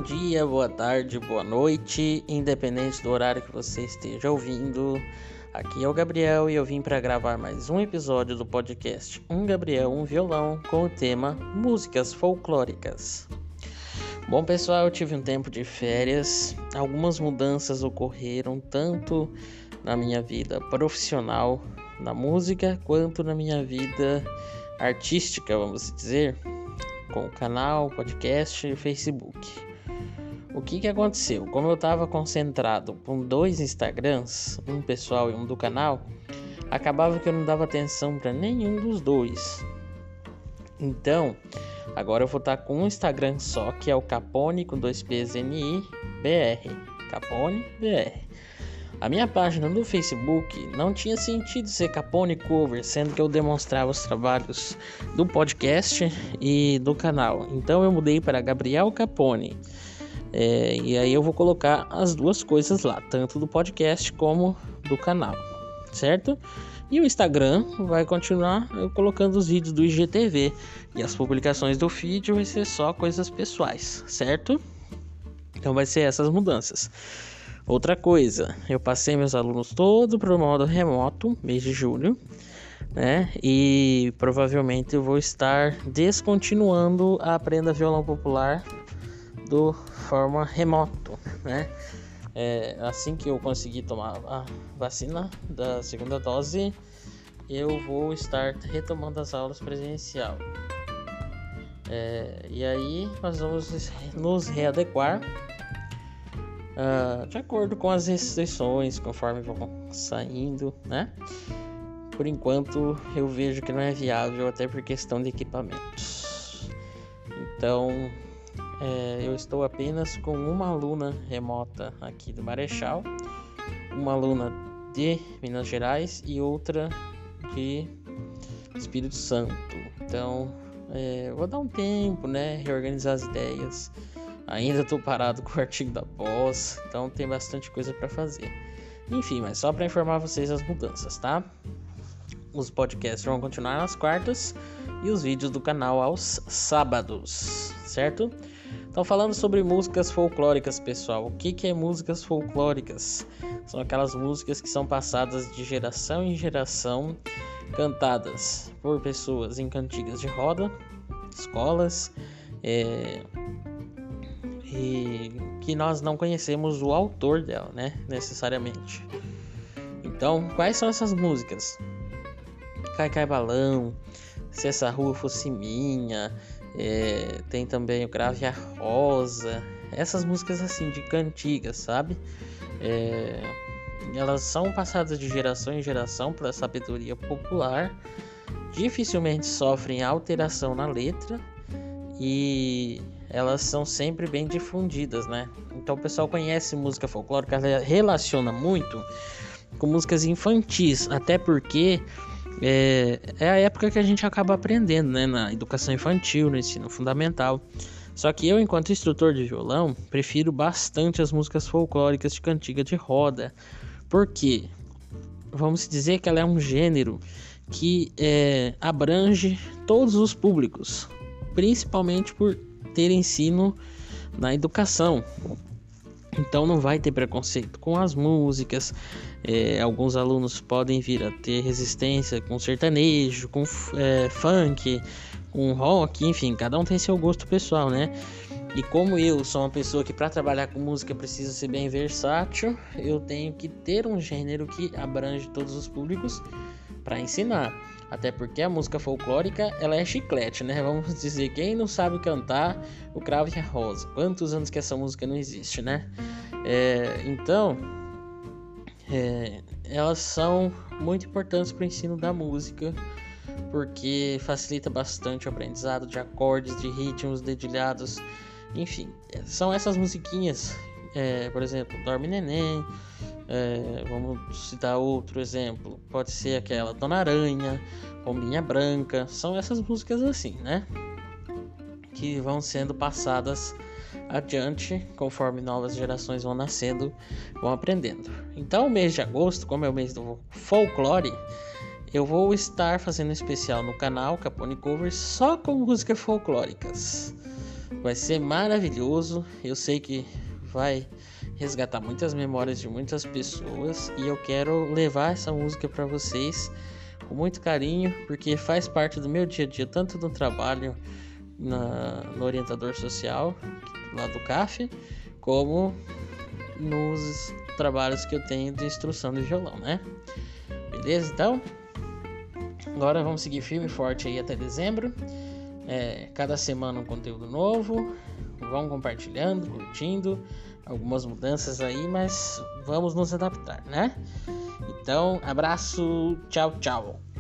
Bom dia, boa tarde, boa noite, independente do horário que você esteja ouvindo. Aqui é o Gabriel e eu vim para gravar mais um episódio do podcast Um Gabriel, um Violão, com o tema Músicas Folclóricas. Bom, pessoal, eu tive um tempo de férias, algumas mudanças ocorreram tanto na minha vida profissional na música quanto na minha vida artística, vamos dizer, com o canal, podcast e Facebook. O que aconteceu? Como eu estava concentrado com 2 Instagrams, um pessoal e um do canal, acabava que eu não dava atenção para nenhum dos dois. Então, agora eu vou estar com um Instagram só, que é o Capone com 2 P's NI BR, Capone BR. A minha página no Facebook não tinha sentido ser Capone Cover, sendo que eu demonstrava os trabalhos do podcast e do canal. Então eu mudei para Gabriel Capone. E aí eu vou colocar as duas coisas lá, tanto do podcast como do canal, certo? E o Instagram vai continuar eu colocando os vídeos do IGTV. E as publicações do feed vai ser só coisas pessoais, certo? Então vai ser essas mudanças. Outra coisa, eu passei meus alunos todo para o modo remoto, mês de julho, né? E provavelmente eu vou estar descontinuando a Aprenda Violão Popular do forma remoto, né? Assim que eu conseguir tomar a vacina da segunda dose, eu vou estar retomando as aulas presencial. E aí nós vamos nos readequar de acordo com as restrições, conforme vão saindo, né? Por enquanto eu vejo que não é viável, até por questão de equipamentos. Então eu estou apenas com uma aluna remota aqui do Marechal, uma aluna de Minas Gerais e outra de Espírito Santo. Então vou dar um tempo, né? Reorganizar as ideias. Ainda estou parado com o artigo da pós, então tem bastante coisa para fazer. Enfim, mas só para informar vocês as mudanças, tá? Os podcasts vão continuar nas quartas e os vídeos do canal aos sábados, certo? Então, falando sobre músicas folclóricas, pessoal, o que é músicas folclóricas? São aquelas músicas que são passadas de geração em geração, cantadas por pessoas em cantigas de roda, escolas, e que nós não conhecemos o autor dela, né, necessariamente. Então, quais são essas músicas? Cai Cai Balão, Se Essa Rua Fosse Minha, tem também o Crave a Rosa, essas músicas assim de cantigas, sabe? Elas são passadas de geração em geração pela sabedoria popular, dificilmente sofrem alteração na letra e elas são sempre bem difundidas, né? Então o pessoal conhece música folclórica, relaciona muito com músicas infantis, até porque é a época que a gente acaba aprendendo, né? Na educação infantil, no ensino fundamental. Só que eu, enquanto instrutor de violão, prefiro bastante as músicas folclóricas de cantiga de roda, porque vamos dizer que ela é um gênero que abrange todos os públicos, principalmente por ter ensino na educação. Então não vai ter preconceito com as músicas. Alguns alunos podem vir a ter resistência com sertanejo, com funk, com rock, enfim, cada um tem seu gosto pessoal, né? E como eu sou uma pessoa que para trabalhar com música precisa ser bem versátil, eu tenho que ter um gênero que abrange todos os públicos para ensinar. Até porque a música folclórica, ela é chiclete, né? Vamos dizer, quem não sabe cantar o Cravo e a Rosa? Quantos anos que essa música não existe, né? Então, elas são muito importantes para o ensino da música, porque facilita bastante o aprendizado de acordes, de ritmos, dedilhados, enfim. São essas musiquinhas, por exemplo, Dorme Neném, vamos citar outro exemplo, pode ser aquela Dona Aranha, Pombinha Branca, são essas músicas assim, né, que vão sendo passadas adiante conforme novas gerações vão nascendo, vão aprendendo. Então o mês de agosto, como é o mês do folclore, eu vou estar fazendo um especial no canal Capone Cover só com músicas folclóricas. Vai ser maravilhoso. Eu sei que vai resgatar muitas memórias de muitas pessoas e eu quero levar essa música para vocês com muito carinho, porque faz parte do meu dia a dia, tanto no trabalho no orientador social lá do CAF, como nos trabalhos que eu tenho de instrução de violão, né? Beleza? Então, agora vamos seguir firme e forte aí até dezembro. Cada semana um conteúdo novo. Vão compartilhando, curtindo. Algumas mudanças aí, mas vamos nos adaptar, né? Então, abraço, tchau, tchau.